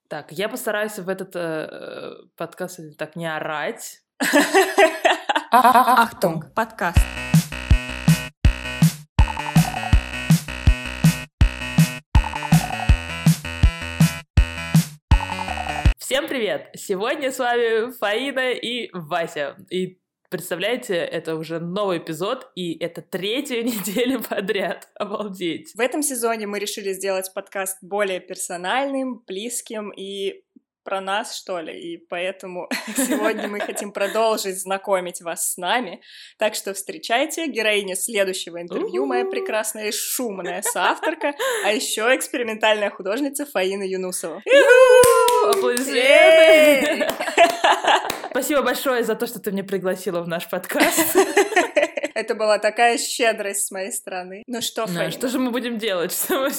Так, я постараюсь в этот подкаст так не орать. Ахтунг, подкаст. Всем привет! Сегодня с вами Фаина и Вася. И представляете, это уже новый эпизод, и это 3-ю неделю подряд. Обалдеть! В этом сезоне мы решили сделать подкаст более персональным, близким и про нас, что ли, и поэтому сегодня мы хотим продолжить знакомить вас с нами. Так что встречайте героиню следующего интервью, моя прекрасная и шумная соавторка, а еще экспериментальная художница Фаина Юнусова. Аплодисменты! Спасибо большое за то, что ты меня пригласила в наш подкаст. Это была такая щедрость с моей стороны. Ну что, Фаина? Что же мы будем делать?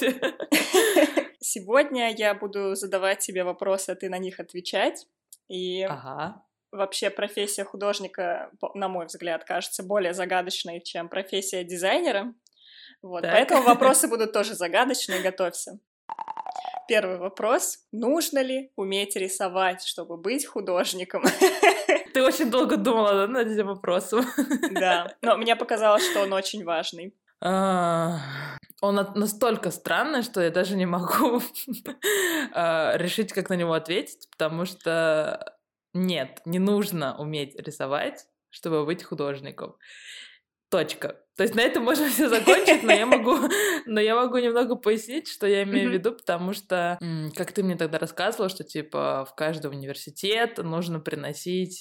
Сегодня я буду задавать тебе вопросы, а ты на них отвечать. И вообще профессия художника, на мой взгляд, кажется более загадочной, чем профессия дизайнера. Вот, поэтому вопросы будут тоже загадочные, готовься. Первый вопрос. Нужно ли уметь рисовать, чтобы быть художником? Ты очень долго думала, да, над этим вопросом? Да, но мне показалось, что он очень важный. Он настолько странный, что я даже не могу решить, как на него ответить, потому что нет, не нужно уметь рисовать, чтобы быть художником. Точка. То есть на этом можно все закончить, но я могу немного пояснить, что я имею в виду, потому что, как ты мне тогда рассказывала, что типа в каждый университет нужно приносить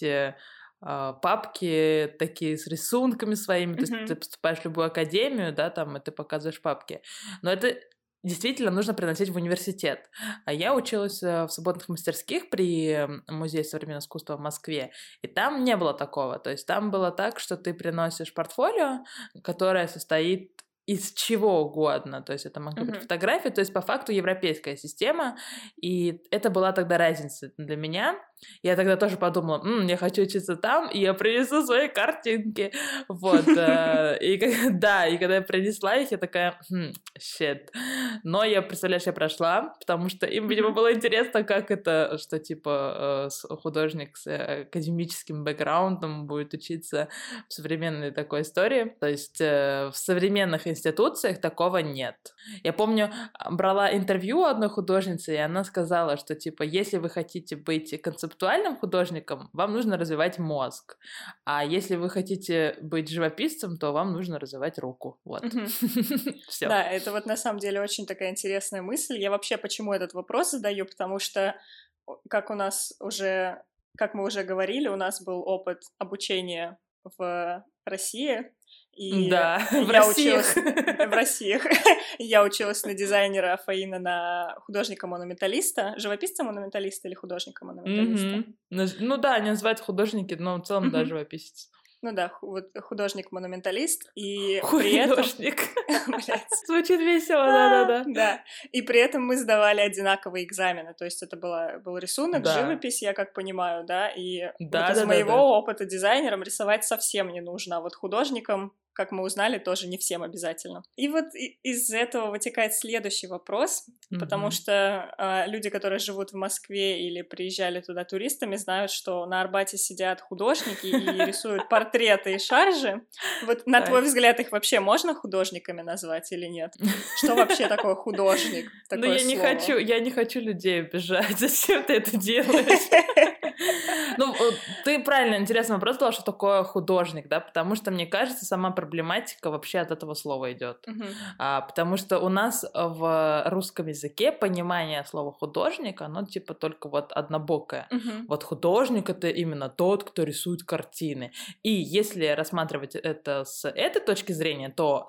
папки такие с рисунками своими, то есть ты поступаешь в любую академию, да, там, и ты показываешь папки. Но это действительно нужно приносить в университет. А я училась в свободных мастерских при Музее современного искусства в Москве, и там не было такого. То есть там было так, что ты приносишь портфолио, которое состоит из чего угодно, то есть это могли быть фотографии, то есть по факту европейская система, и это была тогда разница для меня. Я тогда тоже подумала, я хочу учиться там, и я принесу свои картинки, вот, и когда я принесла их, я такая, shit, но я, представляешь, я прошла, потому что им, видимо, было интересно, как это, что, типа, художник с академическим бэкграундом будет учиться в современной такой истории, то есть в современных институциях такого нет. Я помню, брала интервью у одной художницы, и она сказала, что, типа, если вы хотите быть концептуальным художником, вам нужно развивать мозг, а если вы хотите быть живописцем, то вам нужно развивать руку. Вот. Всё. Да, это вот на самом деле очень такая интересная мысль. Я вообще почему этот вопрос задаю, потому что, как мы уже говорили, у нас был опыт обучения в России, и да, я училась в России. Я училась на дизайнера, а Фаина на художника-монументалиста. Живописца-монументалиста или художника-монументалиста? Ну да, они называют художники, но в целом, да, живописец. Ну да, вот художник-монументалист, и художник. Звучит весело, да. Да, и при этом мы сдавали одинаковые экзамены, то есть это был рисунок, живопись, я как понимаю, да, и из моего опыта дизайнером рисовать совсем не нужно, а вот художником, как мы узнали, тоже не всем обязательно. И вот из этого вытекает следующий вопрос, потому что люди, которые живут в Москве или приезжали туда туристами, знают, что на Арбате сидят художники и рисуют портреты и шаржи. Вот на твой взгляд, их вообще можно художниками назвать или нет? Что вообще такое художник? Ну, я не хочу людей обижать. Зачем ты это делаешь? Ну, ты правильно, интересный вопрос задала, что такое художник, да, потому что, мне кажется, сама проблематика вообще от этого слова идет. Потому что у нас в русском языке понимание слова художник, оно типа только вот однобокое. Вот художник — это именно тот, кто рисует картины. И если рассматривать это с этой точки зрения, то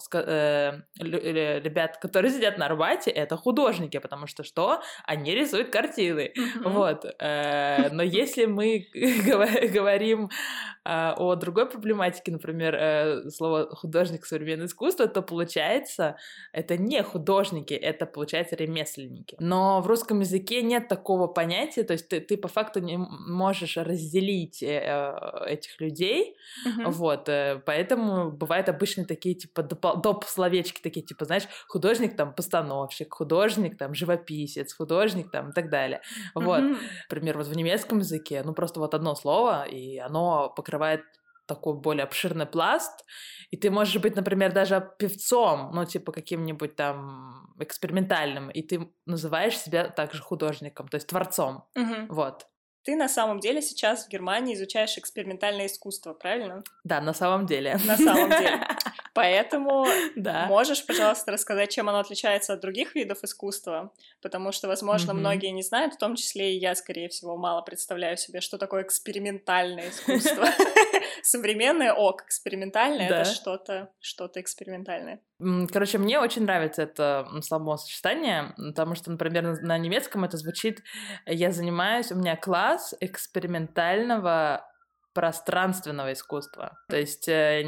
ребят, которые сидят на Арбате, это художники, потому что что? Они рисуют картины. Вот. Но если мы говорим о другой проблематике, например, слово «художник современное искусство», то получается, это не художники, это, получается, ремесленники. Но в русском языке нет такого понятия, то есть ты по факту не можешь разделить этих людей, вот, поэтому бывают обычно такие, типа, доп. Словечки такие, типа, знаешь, художник, там, постановщик, художник, там, живописец, художник, там, и так далее. Вот. Например, вот в немецком языке, ну, просто вот одно слово, и оно покрывает такой более обширный пласт, и ты можешь быть, например, даже певцом, ну, типа, каким-нибудь там экспериментальным, и ты называешь себя также художником, то есть творцом, вот. Ты на самом деле сейчас в Германии изучаешь экспериментальное искусство, правильно? Да, на самом деле. На самом деле. Поэтому можешь, пожалуйста, рассказать, чем оно отличается от других видов искусства? Потому что, возможно, многие не знают, в том числе и я, скорее всего, мало представляю себе, что такое экспериментальное искусство. Современное ок, экспериментальное — это что-то экспериментальное. Короче, мне очень нравится это словосочетание, потому что, например, на немецком это звучит у меня класс экспериментального пространственного искусства. То есть я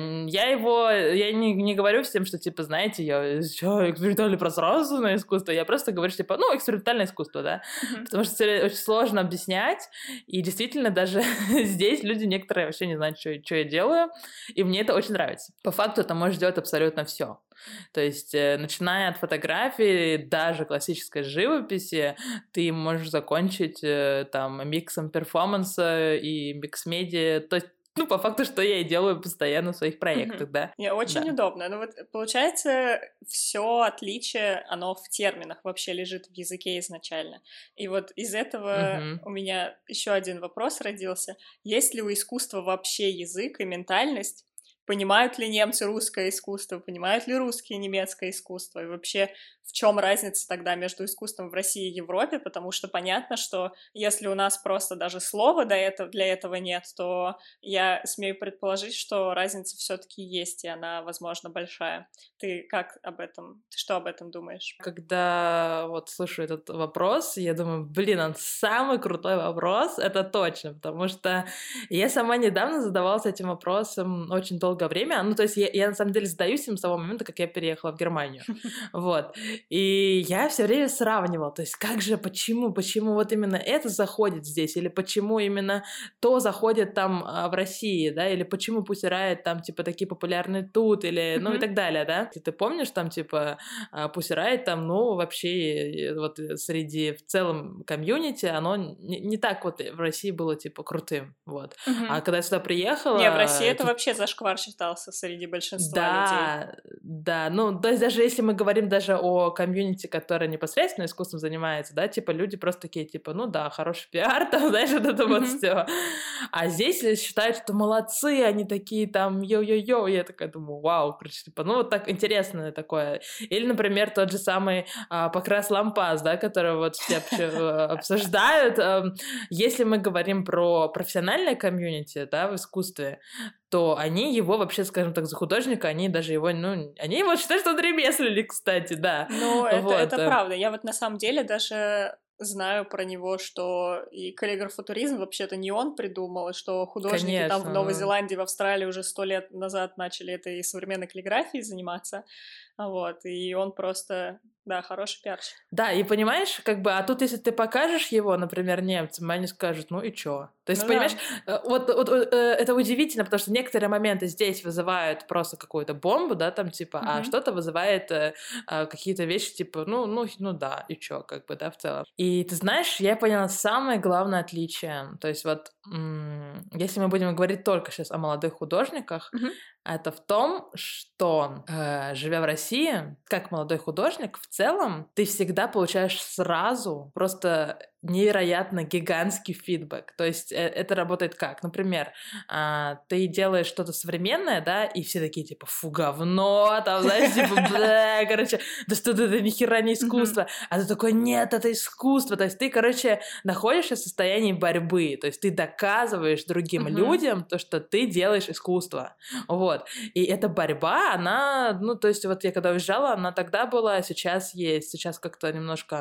не говорю всем, что, типа, знаете, экспериментальное пространственное искусство, я просто говорю, что, типа, экспериментальное искусство, да, потому что очень сложно объяснять, и действительно даже здесь люди некоторые вообще не знают, что я делаю, и мне это очень нравится. По факту это можешь делать абсолютно все. То есть, начиная от фотографии, даже классической живописи, ты можешь закончить там миксом перформанса и микс-медиа. То есть, по факту, что я и делаю постоянно в своих проектах, да. Очень удобно. Ну вот, получается, все отличие, оно в терминах вообще лежит в языке изначально. И вот из этого у меня еще один вопрос родился. Есть ли у искусства вообще язык и ментальность? Понимают ли немцы русское искусство, понимают ли русские немецкое искусство, и вообще в чем разница тогда между искусством в России и Европе, потому что понятно, что если у нас просто даже слова для этого нет, то я смею предположить, что разница все-таки есть, и она, возможно, большая. Ты что об этом думаешь? Когда вот слышу этот вопрос, я думаю, он самый крутой вопрос, это точно, потому что я сама недавно задавалась этим вопросом очень долгое время, то есть я на самом деле задаюсь им с того момента, как я переехала в Германию, вот. И я все время сравнивала, то есть почему вот именно это заходит здесь, или почему именно то заходит там в России, да, или почему Pussy Riot там, типа, такие популярные тут, или, и так далее, да. Ты помнишь, там, типа, Pussy Riot там, вообще, вот среди в целом комьюнити, оно не так вот в России было, типа, крутым, вот. А когда я сюда приехала... Не, в России это вообще зашквар считался среди большинства людей. Да, то есть даже если мы говорим даже о комьюнити, которое непосредственно искусством занимается, да, типа, люди просто такие, типа, хороший пиар, там, знаешь, вот это вот все. А здесь считают, что молодцы, они такие там йо-йо-йо, и я такая думаю, вау, короче, типа, вот так интересное такое. Или, например, тот же самый Покрас Лампас, да, который вот все обсуждают. Если мы говорим про профессиональное комьюнити, да, в искусстве, то они его вообще, скажем так, за художника, они даже его, они его считают, что он ремесленник, кстати, да. Это правда. Я вот на самом деле даже знаю про него, что и каллиграфотуризм вообще-то не он придумал, и что художники там в Новой Зеландии, в Австралии уже 100 лет назад начали этой современной каллиграфией заниматься, вот, и он просто... Да, хороший пиарщик. Да, и понимаешь, а тут, если ты покажешь его, например, немцам, они скажут, и чё? То есть, понимаешь, вот это удивительно, потому что некоторые моменты здесь вызывают просто какую-то бомбу, да, там, типа, а что-то вызывает какие-то вещи, типа, да, и чё, да, в целом. И ты знаешь, я поняла самое главное отличие, то есть вот, если мы будем говорить только сейчас о молодых художниках, это в том, что, живя в России, как молодой художник, в целом ты всегда получаешь сразу просто невероятно гигантский фидбэк. То есть это работает как? Например, ты делаешь что-то современное, да, и все такие, типа, фу, говно, там, знаешь, типа, бля, короче, да что это ни хера не искусство. А ты такой, нет, это искусство. То есть ты, короче, находишься в состоянии борьбы. То есть ты доказываешь другим людям то, что ты делаешь искусство. Вот. И эта борьба, она, то есть вот я когда уезжала, она тогда была, сейчас есть. Сейчас как-то немножко она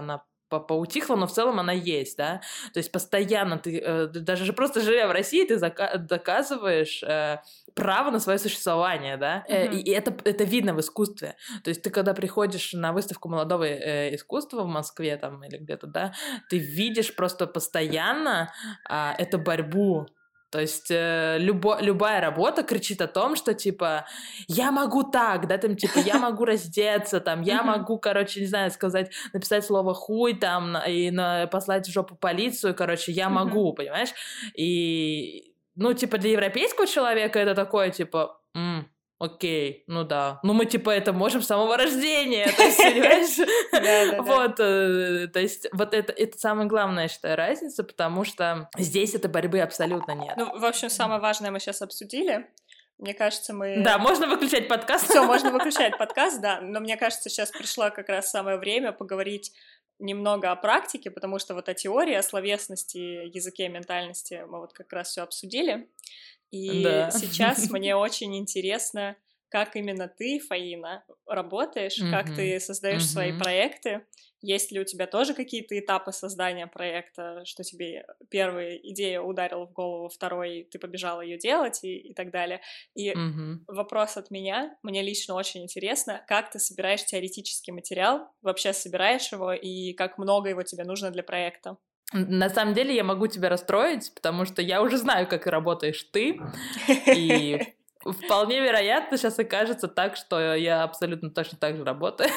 поутихла, но в целом она есть, да, то есть постоянно ты, даже просто живя в России, ты доказываешь право на свое существование, да, и это видно в искусстве, то есть ты когда приходишь на выставку молодого искусства в Москве там или где-то, да, ты видишь просто постоянно эту борьбу. То есть любая работа кричит о том, что, типа, я могу так, да, там, типа, я могу раздеться, там, я могу, короче, не знаю, написать слово хуй, там, и послать в жопу полицию, короче, я могу, понимаешь? И, ну, типа, для европейского человека это такое, типа, окей, ну да. Ну мы, типа, это можем с самого рождения, то есть, понимаешь? Вот, то есть, вот это самая главная, я считаю, разница, потому что здесь этой борьбы абсолютно нет. Ну, в общем, самое важное мы сейчас обсудили. Мне кажется, мы... Да, можно выключать подкаст. Все, можно выключать подкаст, да. Но мне кажется, сейчас пришло как раз самое время поговорить немного о практике, потому что вот о теории, о словесности, языке, ментальности мы вот как раз все обсудили. И сейчас мне очень интересно, как именно ты, Фаина, работаешь, как ты создаешь свои проекты. Есть ли у тебя тоже какие-то этапы создания проекта, что тебе первая идея ударила в голову, второй ты побежала ее делать и так далее. И вопрос от меня, мне лично очень интересно, как ты собираешь теоретический материал, вообще собираешь его, и как много его тебе нужно для проекта? На самом деле я могу тебя расстроить, потому что я уже знаю, как работаешь ты, и вполне вероятно сейчас окажется так, что я абсолютно точно так же работаю.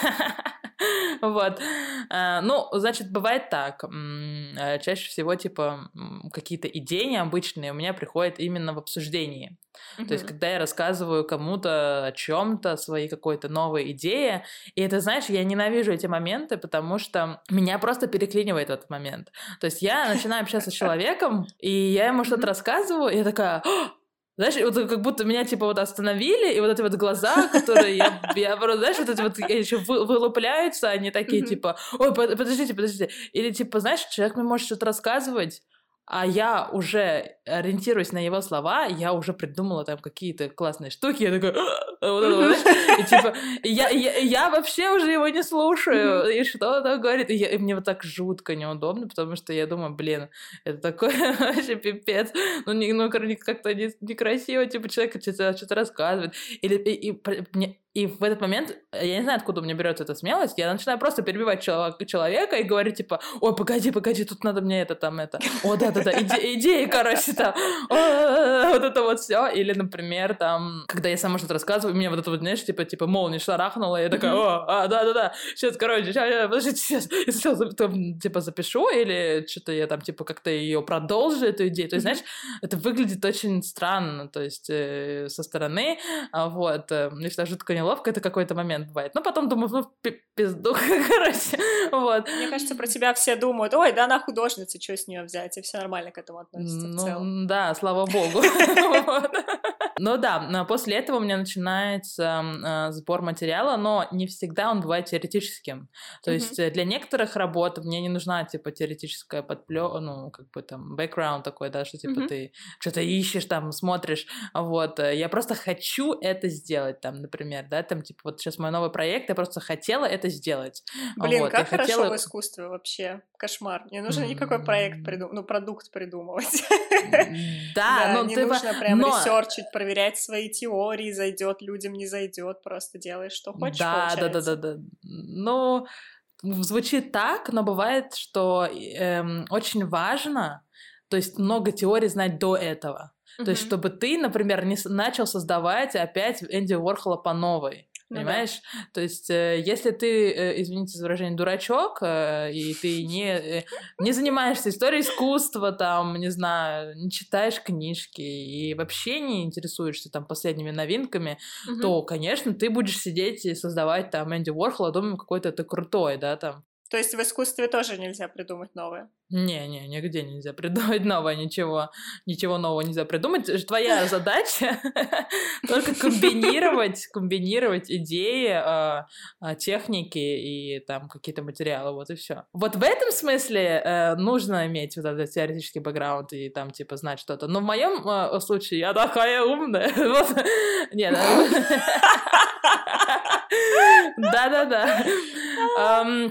Вот. Ну, значит, бывает так. Чаще всего, типа, какие-то идеи необычные у меня приходят именно в обсуждении. То есть, когда я рассказываю кому-то о чем-то, своей какой-то новой идее, и это, знаешь, я ненавижу эти моменты, потому что меня просто переклинивает в этот момент. То есть, я начинаю общаться с человеком, и я ему что-то рассказываю, и я такая... Знаешь, вот как будто меня, типа, вот остановили, и вот эти вот глаза, которые я просто, знаешь, вот эти вот еще вылупляются, они такие, типа, ой, подождите. Или, типа, знаешь, человек мне может что-то рассказывать, а я уже ориентируюсь на его слова, я уже придумала там какие-то классные штуки, я такая, вот это, знаешь, и типа, я вообще уже его не слушаю, и что он там говорит, и мне вот так жутко неудобно, потому что я думаю, блин, это такой вообще пипец, ну как-то некрасиво, типа, человек что-то рассказывает, и в этот момент, я не знаю, откуда у меня берется эта смелость, я начинаю просто перебивать человека и говорить, типа, ой, погоди, тут надо мне это, о, да, идеи, короче, там, вот это вот все. Или, например, там, когда я сама что-то рассказываю, мне вот это вот, знаешь, типа молния шарахнула, и я такая, да, сейчас, короче, подождите, сейчас, я сначала, типа, запишу, или что-то я там, типа, как-то ее продолжу, эту идею. То есть, знаешь, это выглядит очень странно, то есть, со стороны, вот, мне всегда жутко неловко, это какой-то момент бывает. Но потом думаю, ну, пизду, короче, вот. Мне кажется, про тебя все думают, ой, да она художница, что с нее взять, и все нормально к этому относятся в целом. Да, слава богу. Ну да, после этого у меня начинается сбор материала, но не всегда он бывает теоретическим. То есть для некоторых работ мне не нужна, типа, теоретическая ну, как бы там, бэкграунд такой, да, что, типа, ты что-то ищешь, там, смотришь, вот. Я просто хочу это сделать, там, например, да, там, типа, вот сейчас мой новый проект, я просто хотела это сделать. Блин, вот, как хорошо в искусстве вообще. Кошмар. Не нужно никакой продукт придумывать. Да, но не нужно прям ресерчить, проверять свои теории, зайдет людям, не зайдет, просто делаешь, что хочешь, получается. Да. Ну, звучит так, но бывает, что очень важно, то есть много теорий знать до этого. То есть, чтобы ты, например, не начал создавать опять Энди Уорхола по новой. Понимаешь? Да. То есть, если ты, извините за выражение, дурачок, и ты не занимаешься историей искусства, там, не знаю, не читаешь книжки и вообще не интересуешься там последними новинками, то, конечно, ты будешь сидеть и создавать там Энди Уорхола, думаю, какой-то ты крутой, да, там. То есть в искусстве тоже нельзя придумать новое? Не, нигде нельзя придумать новое, ничего нового нельзя придумать. Твоя задача только комбинировать идеи, техники и там какие-то материалы, вот и все. Вот в этом смысле нужно иметь вот этот теоретический бэкграунд и там типа знать что-то. Но в моем случае я такая умная. Нет, да.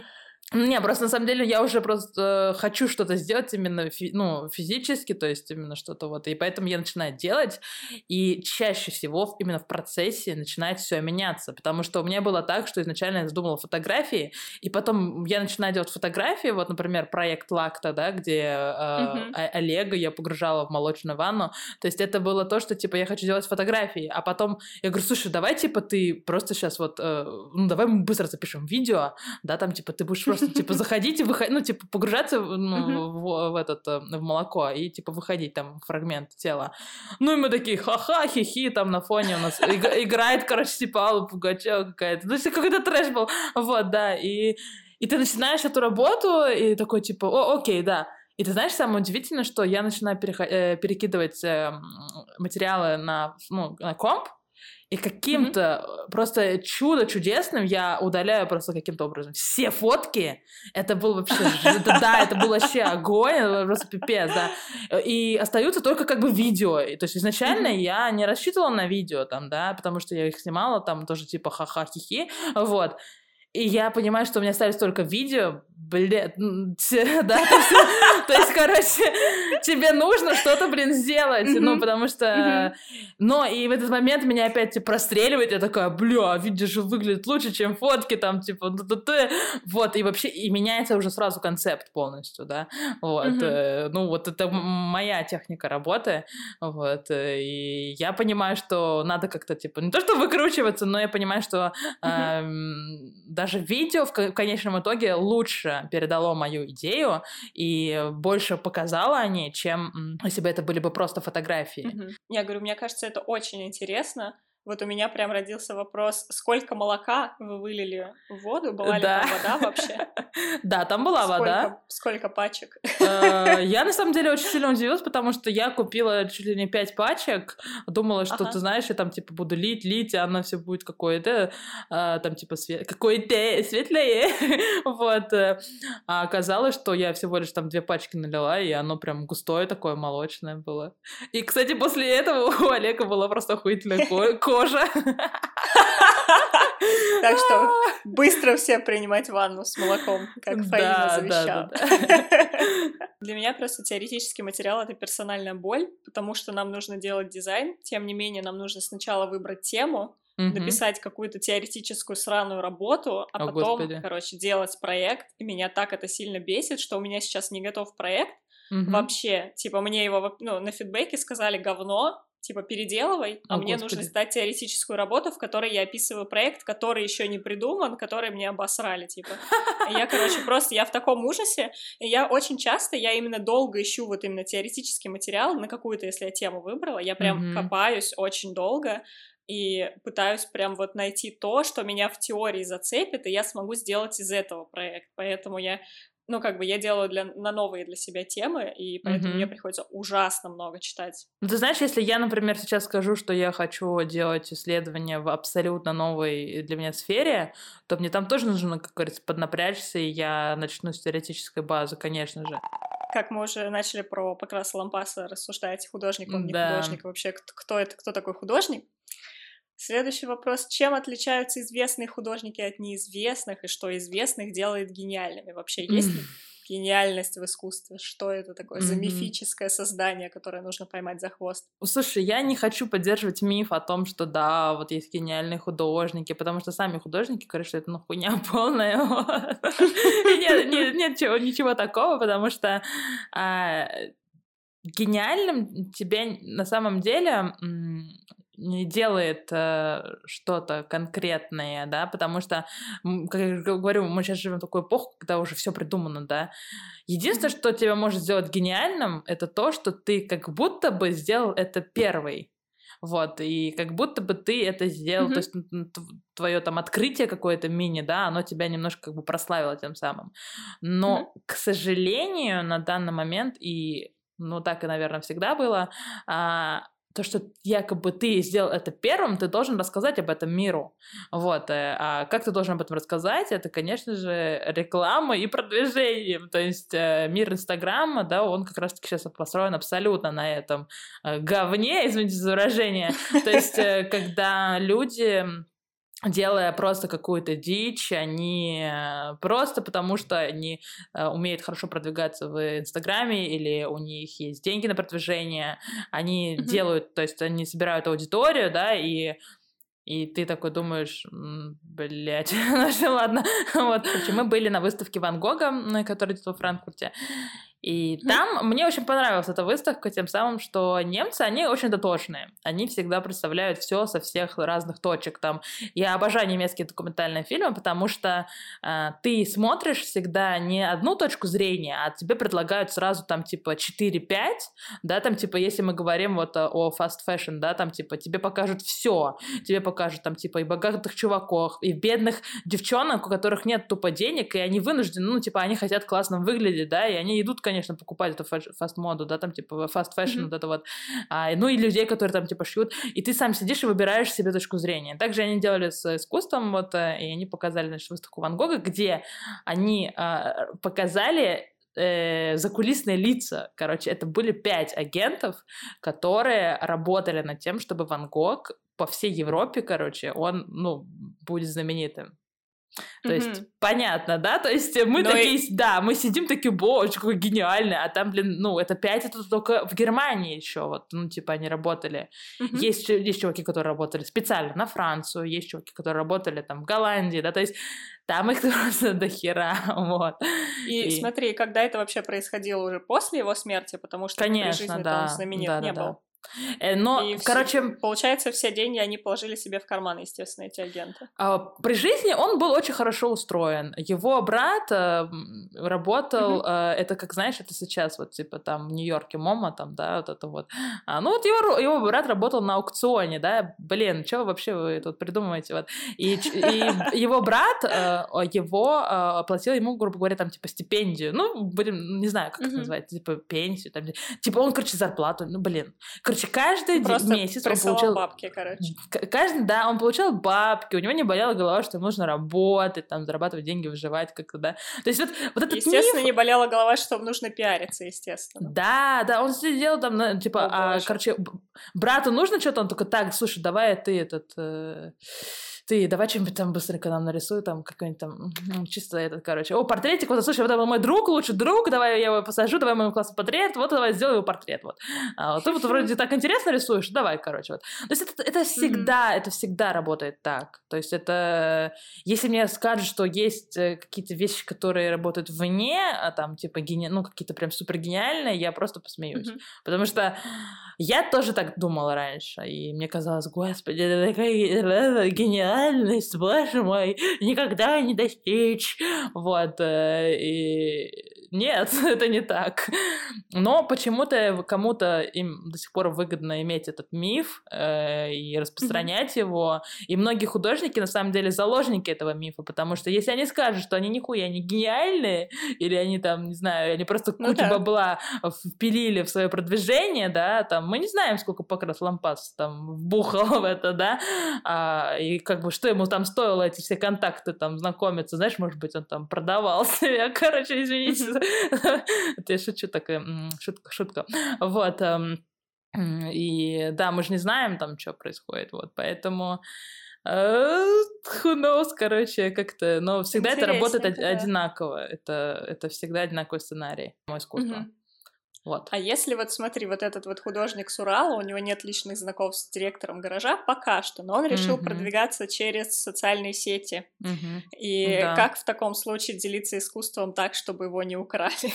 Не, просто на самом деле я уже просто хочу что-то сделать именно физически, то есть именно что-то вот, и поэтому я начинаю делать, и чаще всего именно в процессе начинает все меняться, потому что у меня было так, что изначально я задумала фотографии, и потом я начинаю делать фотографии, вот, например, проект Лакта, да, где Олега я погружала в молочную ванну, то есть это было то, что, типа, я хочу делать фотографии, а потом я говорю, слушай, давай, типа, ты просто сейчас вот, давай мы быстро запишем видео, да, там, типа, ты будешь просто, типа, заходить и выходить, ну, типа, погружаться в молоко и, типа, выходить, там, фрагмент тела. Ну, и мы такие, ха-ха, хихи, там, на фоне у нас играет, короче, типа, Алла Пугачева какая-то. Ну, какой-то трэш был. Вот, да, и ты начинаешь эту работу, и такой, типа, окей, да. И ты знаешь, самое удивительное, что я начинаю перекидывать материалы на комп, и каким-то просто чудесным я удаляю просто каким-то образом все фотки. Это был вообще... Да, это был вообще огонь, это просто пипец, да. И остаются только как бы видео. То есть изначально я не рассчитывала на видео там, да, потому что я их снимала там тоже типа ха-ха-хи-хи, вот. И я понимаю, что у меня остались только видео, да, то есть, короче, тебе нужно что-то, сделать, ну, потому что, но и в этот момент меня опять, типа, простреливает, я такая, видео же выглядит лучше, чем фотки, там, типа, вот, и вообще, и меняется уже сразу концепт полностью, да, вот, ну, вот это моя техника работы, вот, и я понимаю, что надо как-то, типа, не то, что выкручиваться, но я понимаю, что даже видео в конечном итоге лучше передало мою идею и больше показало о ней, чем если бы это были бы просто фотографии. Я говорю, мне кажется, это очень интересно. Вот у меня прям родился вопрос, сколько молока вы вылили в воду? Была ли там вода вообще? Да, там была вода. Сколько пачек? Я, на самом деле, очень сильно удивилась, потому что я купила чуть ли не 5 пачек, думала, что, ты знаешь, я там, типа, буду лить, а оно все будет какое-то, там, типа, какое-то светлее, вот. А оказалось, что я всего лишь там 2 пачки налила, и оно прям густое такое, молочное было. И, кстати, после этого у Олега была просто охуительная кожа. Так что быстро все принимать ванну с молоком, как Фаина завещала. Для меня просто теоретический материал — это персональная боль, потому что нам нужно делать дизайн, тем не менее нам нужно сначала выбрать тему, написать какую-то теоретическую сраную работу, а потом, короче, делать проект. И меня так это сильно бесит, что у меня сейчас не готов проект вообще. Типа мне его на фидбэке сказали говно, типа, переделывай, а мне нужно сдать теоретическую работу, в которой я описываю проект, который еще не придуман, который мне обосрали, типа. И я, короче, просто, я в таком ужасе, и я очень часто, я именно долго ищу вот именно теоретический материал на какую-то, если я тему выбрала, я прям копаюсь очень долго, и пытаюсь прям вот найти то, что меня в теории зацепит, и я смогу сделать из этого проект. Поэтому я я делаю на новые для себя темы, и поэтому мне приходится ужасно много читать. Ну, ты знаешь, если я, например, сейчас скажу, что я хочу делать исследования в абсолютно новой для меня сфере, то мне там тоже нужно, как говорится, поднапрячься, и я начну с теоретической базы, конечно же. Как мы уже начали про Покраса Лампаса рассуждать, художник он, не художник, вообще кто такой художник? Следующий вопрос. Чем отличаются известные художники от неизвестных, и что известных делает гениальными? Вообще есть ли гениальность в искусстве? Что это такое за мифическое создание, которое нужно поймать за хвост? Слушай, я не хочу поддерживать миф о том, что да, вот есть гениальные художники, потому что сами художники говорят, что это хуйня полная. Нет ничего такого, потому что гениальным тебя на самом деле не делает что-то конкретное, да, потому что, как я говорю, мы сейчас живем в такую эпоху, когда уже все придумано, да. Единственное, что тебя может сделать гениальным, это то, что ты как будто бы сделал это первый. Вот, и как будто бы ты это сделал, то есть твое там открытие какое-то мини, да, оно тебя немножко как бы прославило тем самым. Но, к сожалению, на данный момент, и, так и, наверное, всегда было, то, что якобы ты сделал это первым, ты должен рассказать об этом миру. Вот. А как ты должен об этом рассказать? Это, конечно же, реклама и продвижение. То есть мир Инстаграма, да, он как раз-таки сейчас построен абсолютно на этом говне, извините за выражение. То есть когда люди делая просто какую-то дичь, они просто потому, что они умеют хорошо продвигаться в Инстаграме или у них есть деньги на продвижение, они делают, то есть они собирают аудиторию, да, и ты такой думаешь, блядь, ну ладно. Вот, короче, мы были на выставке Ван Гога, которая идет во Франкфурте. И там мне очень понравилась эта выставка тем самым, что немцы, они очень дотошные. Они всегда представляют все со всех разных точек. Там, я обожаю немецкие документальные фильмы, потому что ты смотришь всегда не одну точку зрения, а тебе предлагают сразу там типа 4-5, да, там типа если мы говорим вот о fast fashion, да, там типа тебе покажут все. Тебе покажут там типа и богатых чуваков, и бедных девчонок, у которых нет тупо денег, и они вынуждены, ну типа они хотят классно выглядеть, да, и они идут, конечно, покупать эту фаст-моду, да, там, типа, фаст-фэшн, вот это вот. Ну, и людей, которые там, типа, шьют. И ты сам сидишь и выбираешь себе точку зрения. Также они делали с искусством, вот, и они показали, значит, выставку Ван Гога, где они показали закулисные лица. Короче, это были 5 агентов, которые работали над тем, чтобы Ван Гог по всей Европе, короче, он, ну, будет знаменитым. То есть, понятно, да? То есть мы такие, да, мы сидим такие, боже, какой гениальный, а там, блин, ну, это 5, это только в Германии еще, вот, ну, типа, они работали. Есть чуваки, которые работали специально на Францию, есть чуваки, которые работали там в Голландии, да, то есть там их просто до хера, вот. И смотри, когда это вообще происходило уже после его смерти, потому что при жизни он знаменит не был. Но, и короче... Получается, все деньги они положили себе в карман, естественно, эти агенты. При жизни он был очень хорошо устроен. Его брат работал, это как, знаешь, это сейчас вот типа там в Нью-Йорке МоМА, там, да, вот это вот. Ну вот его брат работал на аукционе, да, блин, что вообще вы тут придумываете? Вот. И его брат, его платил ему, грубо говоря, там типа стипендию, ну, будем, не знаю, как это называется, типа пенсию, там, типа он, короче, зарплату, ну, блин. Короче, каждый месяц он получал бабки, короче. Да, он получал бабки, у него не болела голова, что ему нужно работать, там, зарабатывать деньги, выживать как-то, да. То есть вот этот естественно, не болела голова, что нужно пиариться, естественно. Да, он сидел там, типа, короче, брату нужно что-то, он такой, так, слушай, давай ты ты давай что-нибудь там быстренько нам нарисуй, там какой-нибудь там, чисто этот, короче. Портретик, вот, слушай, вот это мой друг, лучший друг, давай я его посажу, давай моему классу портрет, вот давай сделай его портрет, вот. Ты вот вроде так интересно рисуешь, давай, короче, вот. То есть это всегда работает так. То есть это, если мне скажут, что есть какие-то вещи, которые работают вне, там, типа, какие-то прям супер гениальные, я просто посмеюсь. Потому что я тоже так думала раньше, и мне казалось, господи, это такая гениальность, боже мой, никогда не достичь. Вот. И нет, это не так. Но почему-то кому-то им до сих пор выгодно иметь этот миф и распространять его. И многие художники, на самом деле, заложники этого мифа, потому что если они скажут, что они нихуя не гениальные, или они там, не знаю, они просто кучу бабла впилили в свое продвижение, да, там, мы не знаем, сколько Покрас Лампас там вбухал в это, да, и как бы что ему там стоило эти все контакты там знакомиться, знаешь, может быть, он там продавал себя, короче, извините, это я шучу, такая шутка, вот, и да, мы же не знаем там, что происходит, вот, поэтому who knows, короче, как-то, но всегда это работает одинаково, это всегда одинаковый сценарий, мое искусство. Вот. А если вот смотри, вот этот вот художник с Урала, у него нет личных знакомств с директором гаража пока что, но он решил продвигаться через социальные сети. И как в таком случае делиться искусством так, чтобы его не украли?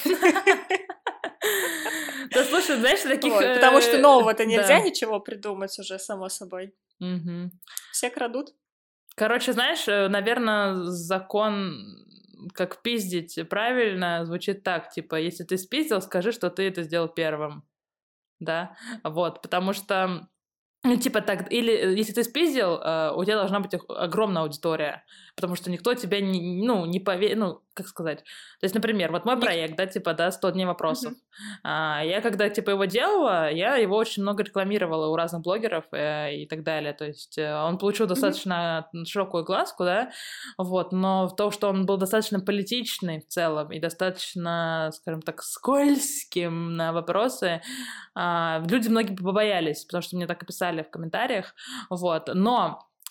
Да, слушай, знаешь, таких... Потому что нового-то нельзя ничего придумать уже, само собой. Все крадут. Короче, знаешь, наверное, закон... как пиздить правильно звучит так, типа, если ты спиздил, скажи, что ты это сделал первым, да, вот, потому что, ну, типа так, или если ты спиздил, у тебя должна быть огромная аудитория, потому что никто тебя не поверит, как сказать, то есть, например, вот мой проект, да, типа, да, 100 дней вопросов, я когда, типа, его делала, я его очень много рекламировала у разных блогеров и так далее, то есть он получил достаточно широкую глазку, да, вот, но то, что он был достаточно политичный в целом и достаточно, скажем так, скользким на вопросы, люди многие побоялись, потому что мне так и писали в комментариях, вот, но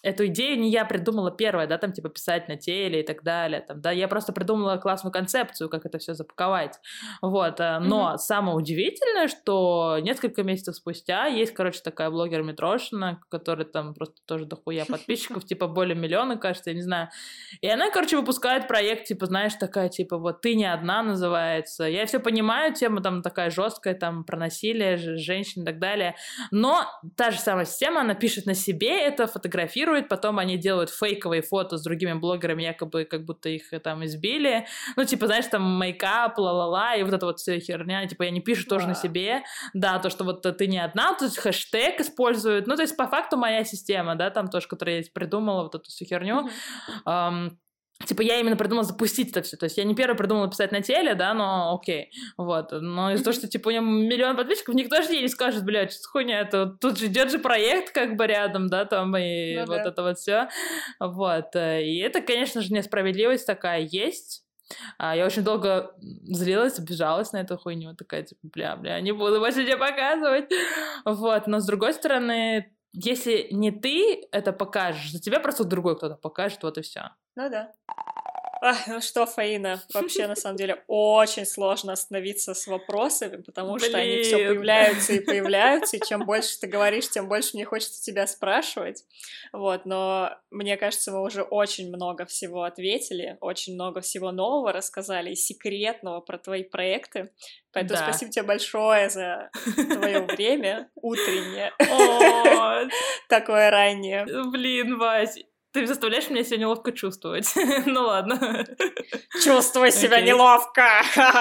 эту идею не я придумала первая, да, там, типа, писать на теле и так далее, там, да, я просто придумала классную концепцию, как это все запаковать, вот, но самое удивительное, что несколько месяцев спустя есть, короче, такая блогер Митрошина, которая там просто тоже дохуя подписчиков, типа, более миллиона, кажется, я не знаю, и она, короче, выпускает проект, типа, знаешь, такая, типа, вот, «Ты не одна» называется, я все понимаю, тема там такая жесткая, там, про насилие женщин и так далее, но та же самая система, она пишет на себе это, фотографирует, потом они делают фейковые фото с другими блогерами, якобы как будто их там избили, ну, типа, знаешь, там, мейкап, ла-ла-ла, и вот эта вот вся херня, типа, они пишут тоже на себе, да, то, что вот ты не одна, то есть хэштег используют, ну, то есть, по факту, моя система, да, там тоже, которую я придумала, вот эту всю херню, типа, я именно придумала запустить это все. То есть я не первая придумала писать на теле, да, но окей. Вот. Но из-за того, что, типа, у него миллион подписчиков, никто же ей не скажет, блядь, что хуйня, это тут же идет же проект как бы рядом, да, там, и ну, вот да. Это вот все. Вот. И это, конечно же, несправедливость такая есть. Я очень долго злилась, обижалась на эту хуйню. Такая, типа, бля, не буду больше тебе показывать. Вот. Но, с другой стороны, если не ты это покажешь, за тебя просто другой кто-то покажет, вот и все. Ну да. Ну что, Фаина, вообще, на самом деле, очень сложно остановиться с вопросами, потому что они все появляются и появляются, и чем больше ты говоришь, тем больше мне хочется тебя спрашивать. Вот, но мне кажется, мы уже очень много всего ответили, очень много всего нового рассказали и секретного про твои проекты. Поэтому спасибо тебе большое за твое время утреннее, такое раннее. Блин, Вась. Ты заставляешь меня себя неловко чувствовать. Ну ладно. Чувствуй себя неловко!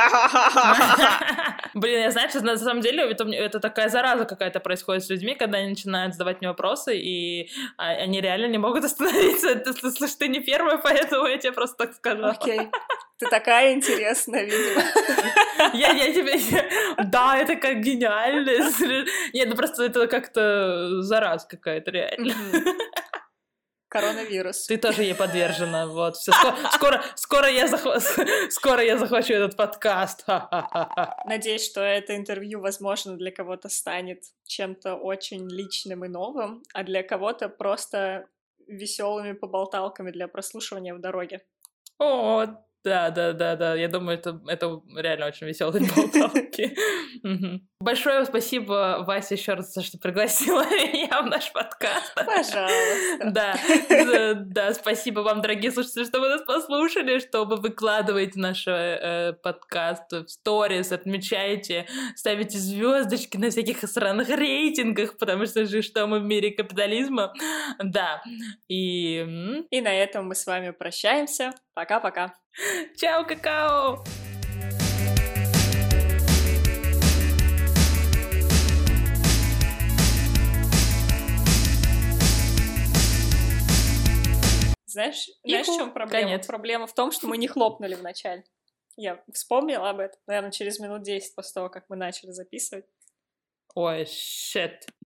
Блин, я знаю, что на самом деле это такая зараза какая-то происходит с людьми, когда они начинают задавать мне вопросы, и они реально не могут остановиться. Слушай, ты не первая, поэтому я тебе просто так скажу. Окей. Ты такая интересная, видимо. Я тебе... Да, это как гениально. Нет, ну просто это как-то зараза какая-то реально. Коронавирус. Ты тоже ей подвержена, вот. Все, скоро я захвачу этот подкаст. Надеюсь, что это интервью, возможно, для кого-то станет чем-то очень личным и новым, а для кого-то просто веселыми поболталками для прослушивания в дороге. О, да. Я думаю, это реально очень веселые болталки. Большое спасибо, Вася, еще раз, за что пригласила меня в наш подкаст. Пожалуйста. Да, спасибо вам, дорогие слушатели, что вы нас послушали, что вы выкладываете наш подкаст в сторис, отмечаете, ставите звездочки на всяких сраных рейтингах, потому что же что мы в мире капитализма. Да. И на этом мы с вами прощаемся. Пока-пока. Чао, какао! Знаешь, в чем проблема? Конец. Проблема в том, что мы не хлопнули вначале. Я вспомнила об этом, наверное, через минут 10 после того, как мы начали записывать. Ой, shit.